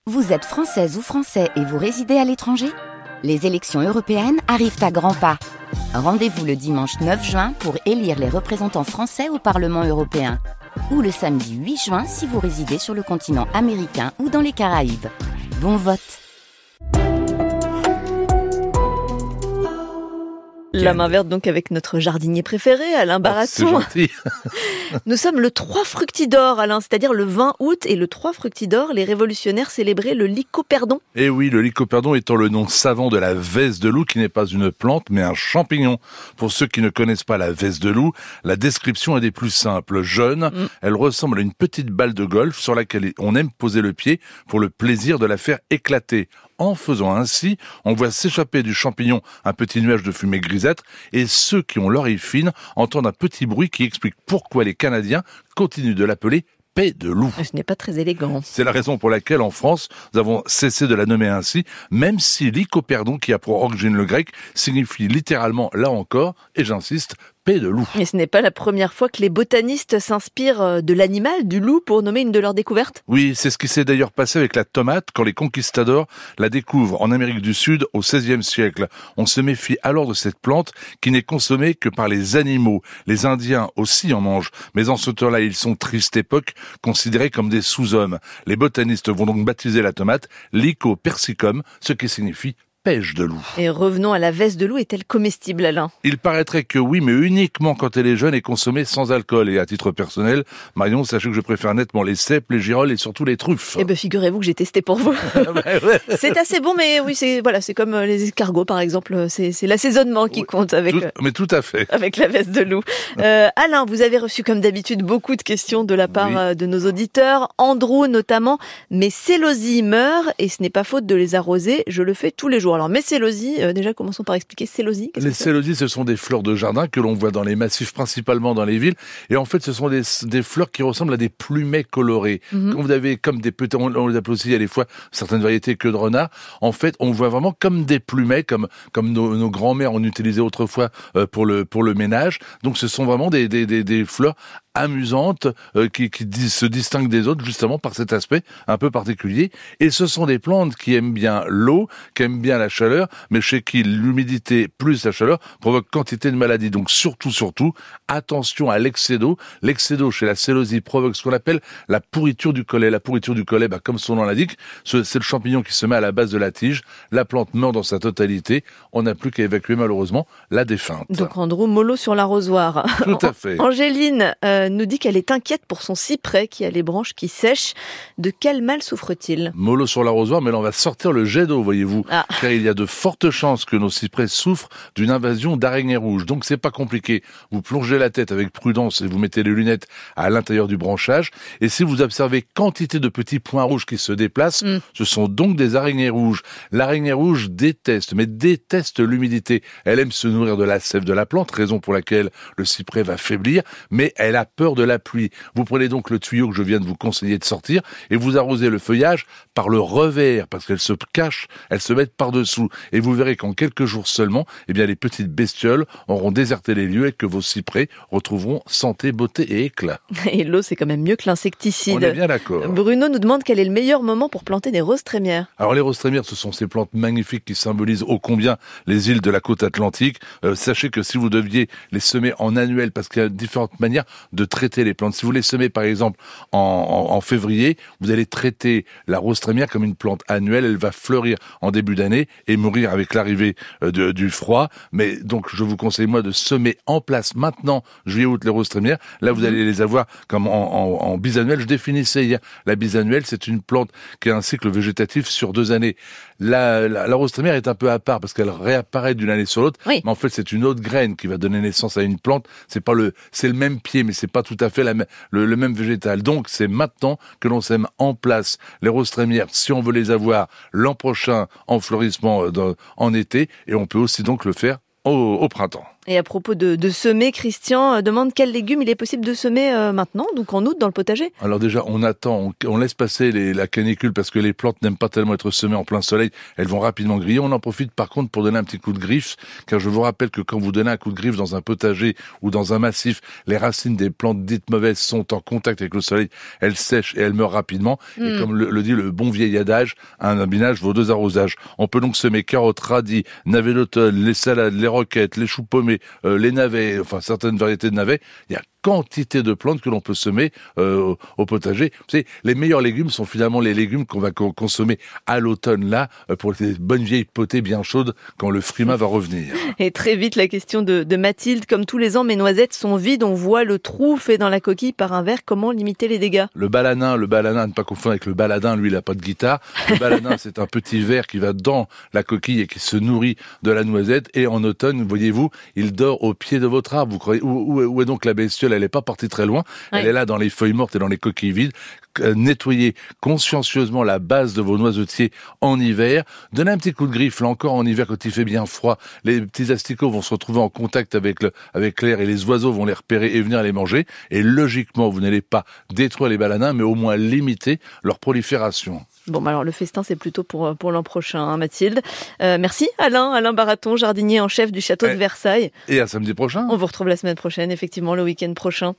Vous êtes française ou français et vous résidez à l'étranger ? Les élections européennes arrivent à grands pas. Rendez-vous le dimanche 9 juin pour élire les représentants français au Parlement européen. Ou le samedi 8 juin si vous résidez sur le continent américain ou dans les Caraïbes. Bon vote! La main verte donc avec notre jardinier préféré, Alain Baraton. C'est gentil. Nous sommes le 3 Fructidor, Alain, c'est-à-dire le 20 août. Et le 3 Fructidor, les révolutionnaires célébraient le lycoperdon. Et oui, le lycoperdon étant le nom savant de la vesse de loup, qui n'est pas une plante, mais un champignon. Pour ceux qui ne connaissent pas la vesse de loup, la description est des plus simples. Jeune, elle ressemble à une petite balle de golf sur laquelle on aime poser le pied pour le plaisir de la faire éclater. En faisant ainsi, on voit s'échapper du champignon un petit nuage de fumée grisâtre et ceux qui ont l'oreille fine entendent un petit bruit qui explique pourquoi les Canadiens continuent de l'appeler paix de loup. Ce n'est pas très élégant. C'est la raison pour laquelle en France, nous avons cessé de la nommer ainsi, même si lycoperdon, qui a pour origine le grec, signifie littéralement, là encore, et j'insiste, paix de loup. Et ce n'est pas la première fois que les botanistes s'inspirent de l'animal, du loup, pour nommer une de leurs découvertes. Oui, c'est ce qui s'est d'ailleurs passé avec la tomate quand les conquistadors la découvrent en Amérique du Sud au XVIe siècle. On se méfie alors de cette plante qui n'est consommée que par les animaux. Les Indiens aussi en mangent, mais en ce temps-là, ils sont, triste époque, considérés comme des sous-hommes. Les botanistes vont donc baptiser la tomate Lyco persicum, ce qui signifie pêche de loup. Et revenons à la vesse de loup, est-elle comestible, Alain ? Il paraîtrait que oui, mais uniquement quand elle est jeune et consommée sans alcool. Et à titre personnel, Marion, sachez que je préfère nettement les cèpes, les girolles et surtout les truffes. Eh ben, figurez-vous que j'ai testé pour vous. C'est assez bon, mais oui, c'est comme les escargots, par exemple. C'est l'assaisonnement qui compte avec. Mais tout à fait. Avec la vesse de loup. Alain, vous avez reçu comme d'habitude beaucoup de questions de la part de nos auditeurs, Andrew notamment. Mes célosies meurent et ce n'est pas faute de les arroser. Je le fais tous les jours. Alors, mes célosies, déjà commençons par expliquer célosies. Les célosies, ce sont des fleurs de jardin que l'on voit dans les massifs, principalement dans les villes. Et en fait, ce sont des fleurs qui ressemblent à des plumets colorés. Quand vous avez comme des petits, on les appelle aussi, il y a des fois certaines variétés queue de renard. En fait, on voit vraiment comme des plumets, comme nos grands-mères en utilisaient autrefois pour le ménage. Donc, ce sont vraiment des fleurs amusantes qui se distinguent des autres justement par cet aspect un peu particulier. Et ce sont des plantes qui aiment bien l'eau, qui aiment bien la chaleur, mais chez qui l'humidité plus la chaleur provoque quantité de maladies. Donc surtout, attention à l'excès d'eau. L'excès d'eau chez la célosie provoque ce qu'on appelle la pourriture du collet. La pourriture du collet, comme son nom l'indique, c'est le champignon qui se met à la base de la tige. La plante meurt dans sa totalité. On n'a plus qu'à évacuer malheureusement la défunte. Donc Andrew, mollo sur l'arrosoir. Tout à fait. Angéline nous dit qu'elle est inquiète pour son cyprès qui a les branches qui sèchent. De quel mal souffre-t-il ? Mollo sur l'arrosoir, mais là on va sortir le jet d'eau, voyez-vous. Car il y a de fortes chances que nos cyprès souffrent d'une invasion d'araignées rouges. Donc c'est pas compliqué. Vous plongez la tête avec prudence et vous mettez les lunettes à l'intérieur du branchage. Et si vous observez quantité de petits points rouges qui se déplacent, ce sont donc des araignées rouges. L'araignée rouge déteste l'humidité. Elle aime se nourrir de la sève de la plante, raison pour laquelle le cyprès va faiblir, mais elle a peur de la pluie. Vous prenez donc le tuyau que je viens de vous conseiller de sortir et vous arrosez le feuillage par le revers, parce qu'elles se cachent, elles se mettent par-dessous. Et vous verrez qu'en quelques jours seulement, les petites bestioles auront déserté les lieux et que vos cyprès retrouveront santé, beauté et éclat. Et l'eau, c'est quand même mieux que l'insecticide. On est bien d'accord. Bruno nous demande quel est le meilleur moment pour planter des roses trémières. Alors les roses trémières, ce sont ces plantes magnifiques qui symbolisent ô combien les îles de la côte atlantique. Sachez que si vous deviez les semer en annuel, parce qu'il y a différentes manières de traiter les plantes. Si vous les semez par exemple en février, vous allez traiter la rose trémière comme une plante annuelle. Elle va fleurir en début d'année et mourir avec l'arrivée du froid. Mais donc je vous conseille moi de semer en place maintenant, juillet-août, les roses trémières. Là vous allez les avoir comme en bisannuel. Je définissais hier, la bisannuelle c'est une plante qui a un cycle végétatif sur 2 années. La rose trémière est un peu à part parce qu'elle réapparaît d'une année sur l'autre. Oui. Mais en fait c'est une autre graine qui va donner naissance à une plante. C'est le même pied, mais c'est pas tout à fait le même végétal. Donc c'est maintenant que l'on sème en place les roses trémières si on veut les avoir l'an prochain en fleurissement en été, et on peut aussi donc le faire au printemps. Et à propos de semer, Christian demande quels légumes il est possible de semer maintenant, donc en août, dans le potager. Alors déjà, on attend, on laisse passer la canicule parce que les plantes n'aiment pas tellement être semées en plein soleil. Elles vont rapidement griller. On en profite par contre pour donner un petit coup de griffe, car je vous rappelle que quand vous donnez un coup de griffe dans un potager ou dans un massif, les racines des plantes dites mauvaises sont en contact avec le soleil. Elles sèchent et elles meurent rapidement. Et comme le dit le bon vieil adage, un binage vaut 2 arrosages. On peut donc semer carottes, radis, navets d'automne, les salades, les roquettes, les choux pommés, les navets, enfin certaines variétés de navets. Il y a quantité de plantes que l'on peut semer au potager. Vous savez, les meilleurs légumes sont finalement les légumes qu'on va consommer à l'automne là, pour les bonnes vieilles potées bien chaudes quand le frimas va revenir. Et très vite la question de Mathilde, comme tous les ans mes noisettes sont vides, on voit le trou fait dans la coquille par un verre, comment limiter les dégâts? Le balanin, à ne pas confondre avec le baladin, lui il a pas de guitare. Le balanin c'est un petit verre qui va dans la coquille et qui se nourrit de la noisette, et en automne, voyez-vous, il dort au pied de votre arbre. Vous croyez, où est donc la bestiole? Elle n'est pas partie très loin, elle est là dans les feuilles mortes et dans les coquilles vides. Nettoyez consciencieusement la base de vos noisetiers en hiver. Donnez un petit coup de griffe, là encore en hiver quand il fait bien froid. Les petits asticots vont se retrouver en contact avec l'air et les oiseaux vont les repérer et venir les manger. Et logiquement, vous n'allez pas détruire les balanins, mais au moins limiter leur prolifération. Bon, alors le festin, c'est plutôt pour l'an prochain, hein, Mathilde. Merci Alain Baraton, jardinier en chef du château de Versailles. Et à samedi prochain. On vous retrouve la semaine prochaine, effectivement, le week-end prochain.